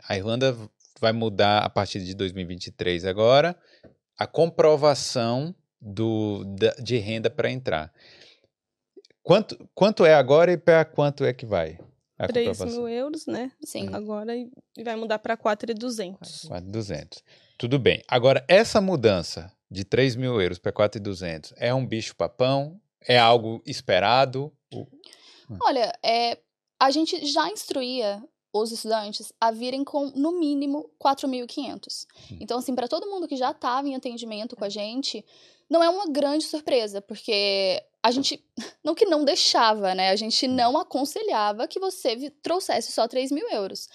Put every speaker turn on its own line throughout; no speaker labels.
a Irlanda vai mudar a partir de 2023 agora a comprovação de renda para entrar. Quanto é agora e para quanto é que vai?
3 mil euros, né?
Sim.
Agora vai mudar para 4.200.
4.200. Tudo bem. Agora, essa mudança de 3 mil euros para 4.200 é um bicho-papão? É algo esperado?
Olha, a gente já instruía os estudantes a virem com, no mínimo, 4.500. Então, assim, para todo mundo que já estava em atendimento com a gente, não é uma grande surpresa, porque a gente, não que não deixava, né? A gente não aconselhava que você trouxesse só 3 mil euros.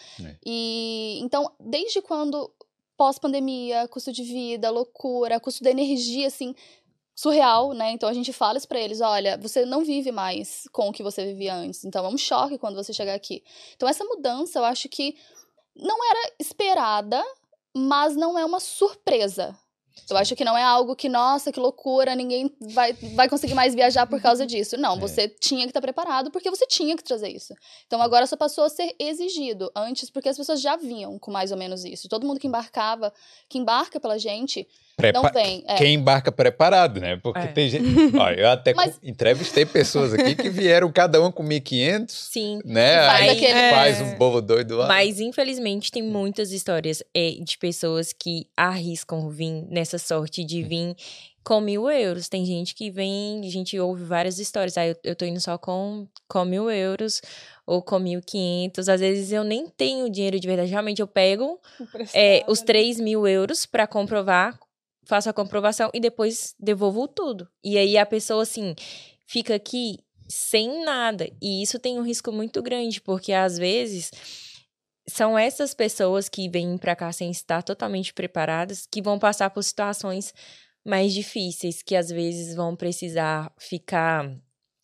E, então, desde quando, pós-pandemia, custo de vida, loucura, custo da energia, assim, surreal, né? Então a gente fala isso pra eles, olha, você não vive mais com o que você vivia antes, então é um choque quando você chegar aqui. Então essa mudança, eu acho que não era esperada, mas não é uma surpresa. Eu acho que não é algo que, nossa, que loucura, ninguém vai conseguir mais viajar por causa disso. Não, você tinha que estar preparado porque você tinha que trazer isso. Então agora só passou a ser exigido. Antes, porque as pessoas já vinham com mais ou menos isso. Todo mundo que embarca pela gente, não vem.
Quem embarca preparado, né? Porque tem gente... Ó, eu até entrevistei pessoas aqui que vieram cada um com 1.500.
Sim.
Né? Faz um povo doido lá.
Mas, infelizmente, tem muitas histórias de pessoas que arriscam vir nessa sorte de vir com 1.000 euros. Tem gente que vem, a gente ouve várias histórias. Eu tô indo só com 1.000 euros ou com 1.500. Às vezes eu nem tenho dinheiro de verdade. Realmente eu pego os 3 mil euros pra comprovar, faço a comprovação e depois devolvo tudo. E aí a pessoa, assim, fica aqui sem nada. E isso tem um risco muito grande, porque às vezes são essas pessoas que vêm pra cá sem estar totalmente preparadas que vão passar por situações mais difíceis, que às vezes vão precisar ficar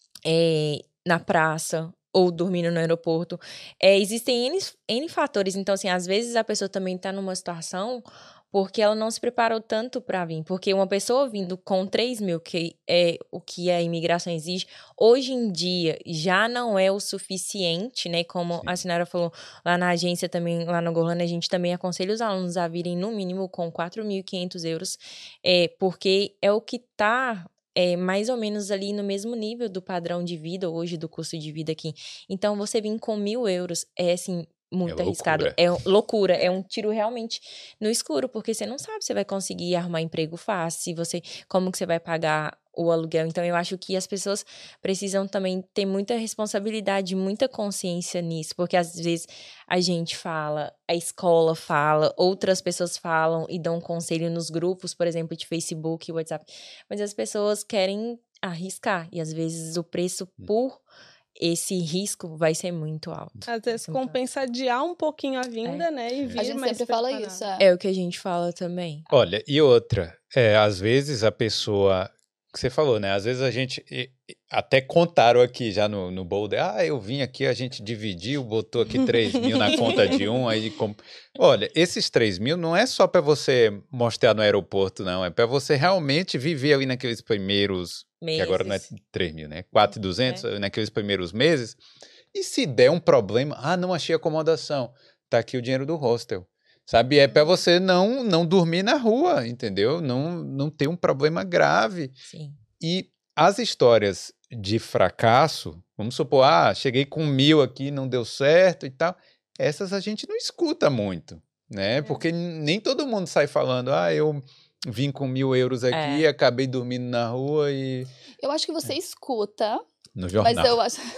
na praça ou dormindo no aeroporto. Existem N fatores. Então, assim, às vezes a pessoa também tá numa situação porque ela não se preparou tanto para vir. Porque uma pessoa vindo com 3 mil, que é o que a imigração exige, hoje em dia já não é o suficiente, né? Como a senhora falou lá na agência também, lá no Golana, a gente também aconselha os alunos a virem no mínimo com 4.500 euros, porque é o que tá mais ou menos ali no mesmo nível do padrão de vida hoje, do custo de vida aqui. Então, você vir com 1.000 euros assim, muito arriscado. É loucura. É um tiro realmente no escuro, porque você não sabe se você vai conseguir arrumar emprego fácil, como que você vai pagar o aluguel. Então, eu acho que as pessoas precisam também ter muita responsabilidade, muita consciência nisso, porque às vezes a gente fala, a escola fala, outras pessoas falam e dão conselho nos grupos, por exemplo, de Facebook e WhatsApp, mas as pessoas querem arriscar, e às vezes o preço por esse risco vai ser muito alto.
Às vezes compensa adiar um pouquinho a vinda, né? E vir
a gente
mais
sempre fala isso.
É o que a gente fala também.
Olha, e outra, às vezes a pessoa, que você falou, né? Às vezes a gente, até contaram aqui já no Boulder, eu vim aqui, a gente dividiu, botou aqui 3 mil na conta de um, aí... Olha, esses 3 mil não é só para você mostrar no aeroporto, não, é para você realmente viver ali naqueles primeiros...
meses.
Que agora não é 3 mil, né? 4.200 naqueles primeiros meses. E se der um problema, não achei acomodação, tá aqui o dinheiro do hostel. Sabe? É para você não dormir na rua, entendeu? Não ter um problema grave.
Sim.
E as histórias de fracasso, vamos supor, cheguei com 1.000 aqui, não deu certo e tal, essas a gente não escuta muito, né? Porque nem todo mundo sai falando, eu vim com 1.000 euros aqui, acabei dormindo na rua e...
Eu acho que você escuta...
No jornal.
Mas eu acho...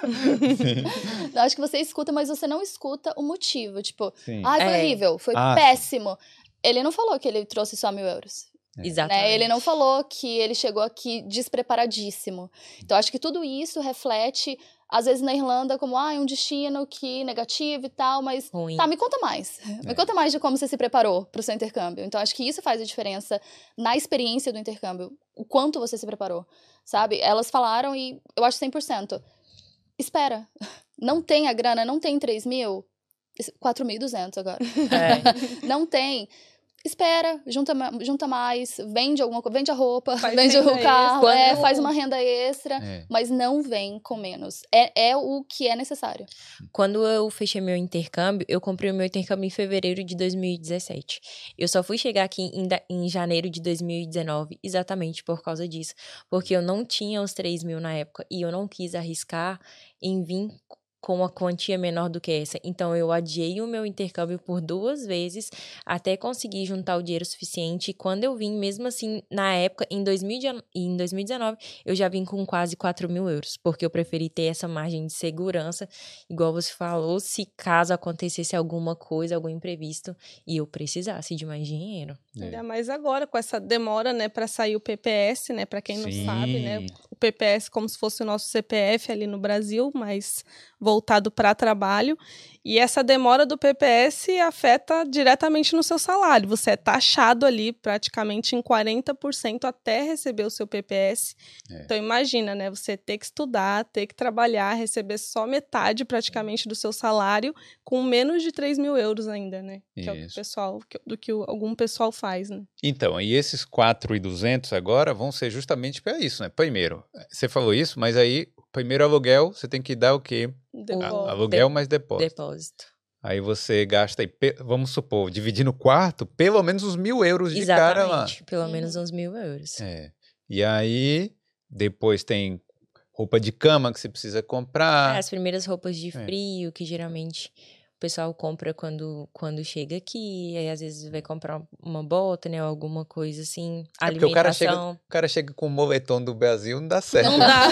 eu acho que você escuta, mas você não escuta o motivo. Tipo, foi horrível, foi péssimo. Ele não falou que ele trouxe só 1.000 euros.
Exatamente.
Né? Ele não falou que ele chegou aqui despreparadíssimo. Então, acho que tudo isso reflete, às vezes, na Irlanda, como, um destino que negativo e tal, mas...
Ruim.
Tá, me conta mais. Me conta mais de como você se preparou pro seu intercâmbio. Então, acho que isso faz a diferença na experiência do intercâmbio. O quanto você se preparou, sabe? Elas falaram e eu acho 100%. Espera. Não tem a grana, não tem 3 mil, 4.200 agora. Não tem. espera, junta mais, vende alguma coisa, vende a roupa,
Faz
vende
renda
o carro,
extra.
faz uma renda extra, mas não vem com menos. É o que é necessário.
Quando eu fechei meu intercâmbio, eu comprei o meu intercâmbio em fevereiro de 2017. Eu só fui chegar aqui em janeiro de 2019, exatamente por causa disso. Porque eu não tinha os 3 mil na época e eu não quis arriscar em vir com uma quantia menor do que essa. Então, eu adiei o meu intercâmbio por 2 vezes até conseguir juntar o dinheiro suficiente. E quando eu vim, mesmo assim, na época, em 2019, eu já vim com quase 4 mil euros, porque eu preferi ter essa margem de segurança, igual você falou, se caso acontecesse alguma coisa, algum imprevisto, e eu precisasse de mais dinheiro.
Ainda mais agora, com essa demora, né, para sair o PPS, né, para quem não sabe, né, o PPS como se fosse o nosso CPF ali no Brasil, mas voltado para trabalho, e essa demora do PPS afeta diretamente no seu salário, você é taxado ali praticamente em 40% até receber o seu PPS, então imagina, né, você ter que estudar, ter que trabalhar, receber só metade praticamente do seu salário, com menos de 3 mil euros ainda, né, que é o que o pessoal, algum pessoal faz, né.
Então, e esses 4.200 agora vão ser justamente para isso, né? Primeiro, você falou isso, mas aí, primeiro aluguel, você tem que dar o quê? Aluguel mais depósito. Aí você gasta, aí, vamos supor, dividindo o quarto, pelo menos uns 1.000 euros de cara lá.
Exatamente, pelo menos uns 1.000 euros.
E aí, depois tem roupa de cama que você precisa comprar.
As primeiras roupas de frio, que geralmente o pessoal compra quando chega aqui, aí às vezes vai comprar uma bota, né, ou alguma coisa assim, alimentação.
Porque o cara chega com o moletom do Brasil, não dá certo.
Não dá.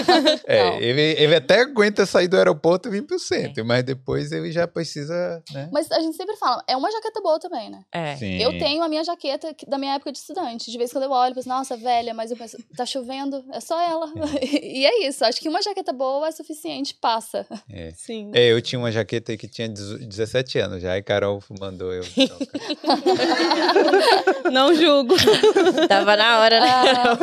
Ele até aguenta sair do aeroporto e vir pro centro, mas depois ele já precisa, né?
Mas a gente sempre fala, é uma jaqueta boa também, né?
Sim.
Eu tenho a minha jaqueta da minha época de estudante. De vez em quando eu olho e penso, nossa, velha, mas eu penso, tá chovendo, é só ela. E é isso, acho que uma jaqueta boa é suficiente, passa.
Sim.
Eu tinha uma jaqueta aí que tinha 17 anos já, e Carol mandou eu.
Não julgo.
Tava na hora, né?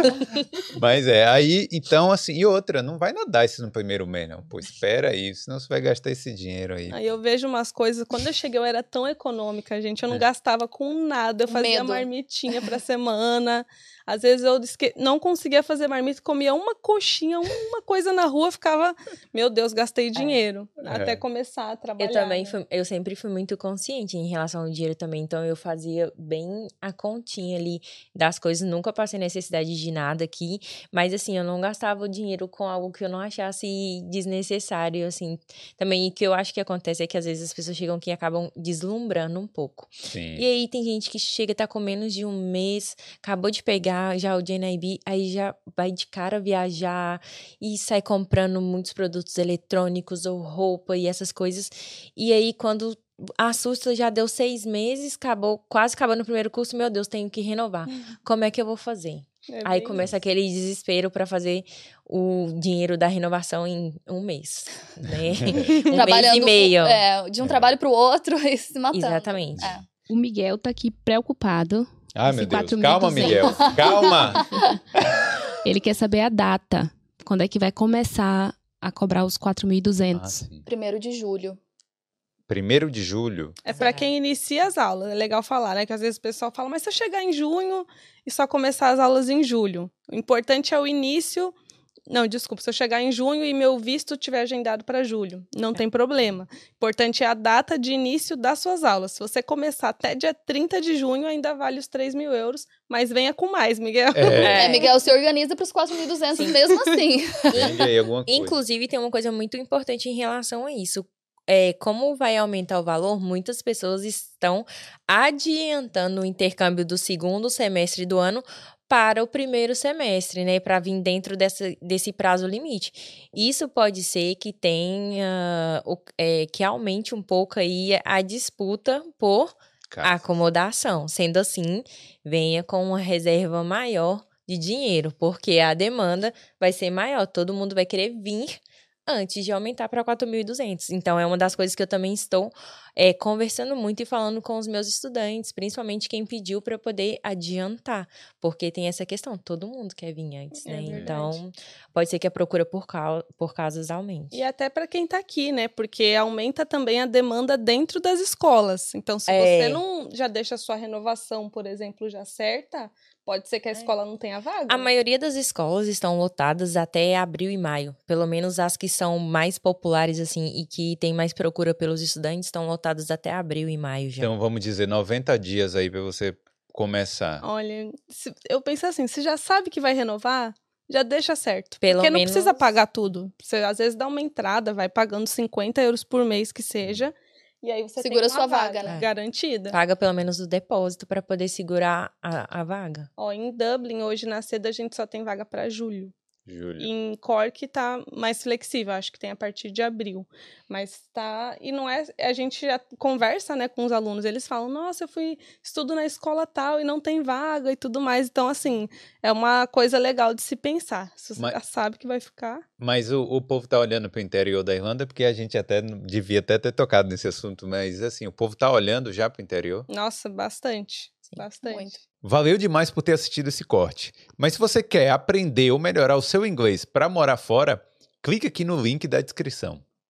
Mas aí, então, assim, e outra, não vai nadar isso no primeiro mês, não. Pô, espera aí, senão você vai gastar esse dinheiro aí.
Aí eu vejo umas coisas, quando eu cheguei eu era tão econômica, gente, eu não gastava com nada, eu fazia marmitinha pra semana, às vezes eu não conseguia fazer marmita, comia uma coxinha, uma coisa na rua, ficava, meu Deus, gastei dinheiro, até começar a trabalhar.
Eu também eu sempre fui muito consciente em relação ao dinheiro também, então eu fazia bem a continha ali das coisas, nunca passei necessidade de nada aqui, mas assim, eu não gastava o dinheiro com algo que eu não achasse desnecessário, assim, também o que eu acho que acontece é que às vezes as pessoas chegam aqui e acabam deslumbrando um pouco.
Sim.
E aí tem gente que chega, tá com menos de um mês, acabou de pegar já o JNIB, aí já vai de cara viajar e sai comprando muitos produtos eletrônicos ou roupa e essas coisas, e aí quando assusta, já deu 6 meses, quase acabando o primeiro curso, meu Deus, tenho que renovar. Como é que eu vou fazer? Aí começa aquele desespero para fazer o dinheiro da renovação em um mês, né? Um mês e meio.
De um trabalho pro outro e se matando.
Exatamente.
O Miguel tá aqui preocupado.
Ai, meu Deus. Calma, Miguel. Calma.
Ele quer saber a data. Quando é que vai começar a cobrar os 4.200?
1º de julho.
1º de julho.
É para quem inicia as aulas, é legal falar, né? Que às vezes o pessoal fala, mas se eu chegar em junho e só começar as aulas em julho. O importante é o início. Não, desculpa, se eu chegar em junho e meu visto estiver agendado para julho, não tem problema. O importante é a data de início das suas aulas. Se você começar até dia 30 de junho, ainda vale os 3 mil euros, mas venha com mais, Miguel.
Miguel, se organiza para os 4.200 mesmo assim.
Aí alguma coisa.
Inclusive, tem uma coisa muito importante em relação a isso. Como vai aumentar o valor, muitas pessoas estão adiantando o intercâmbio do 2º semestre do ano para o 1º semestre, né? Para vir dentro desse prazo limite. Isso pode ser que tenha, que aumente um pouco aí a disputa por acomodação. Sendo assim, venha com uma reserva maior de dinheiro, porque a demanda vai ser maior. Todo mundo vai querer vir antes de aumentar para 4.200. Então, é uma das coisas que eu também estou conversando muito e falando com os meus estudantes, principalmente quem pediu para poder adiantar, porque tem essa questão, todo mundo quer vir antes, né? Então, pode ser que a procura por casas aumente.
E até para quem está aqui, né? Porque aumenta também a demanda dentro das escolas. Então, se você não já deixa a sua renovação, por exemplo, já certa, pode ser que a escola não tenha vaga.
A maioria das escolas estão lotadas até abril e maio. Pelo menos as que são mais populares, assim, e que tem mais procura pelos estudantes, estão lotadas até abril e maio já.
Então, vamos dizer, 90 dias aí para você começar.
Olha, eu penso assim, se já sabe que vai renovar, já deixa certo.
Pelo
porque não
menos...
precisa pagar tudo. Você, às vezes, dá uma entrada, vai pagando 50 euros por mês que seja, e aí você
segura
tem uma
sua vaga, né?
Garantida.
Paga pelo menos o depósito para poder segurar a vaga.
Ó, em Dublin, hoje na seda, a gente só tem vaga para julho. Em Cork tá mais flexível, acho que tem a partir de abril. Mas tá... E não é... A gente já conversa, né, com os alunos. Eles falam, nossa, eu estudo na escola tal e não tem vaga e tudo mais. Então, assim, é uma coisa legal de se pensar. Se você já sabe que vai ficar...
Mas o povo tá olhando pro interior da Irlanda, porque a gente até devia até ter tocado nesse assunto, mas, assim, o povo tá olhando já pro interior?
Nossa, bastante.
Sim,
bastante.
Muito.
Valeu demais por ter assistido esse corte. Mas se você quer aprender ou melhorar o seu inglês para morar fora, clique aqui no link da descrição.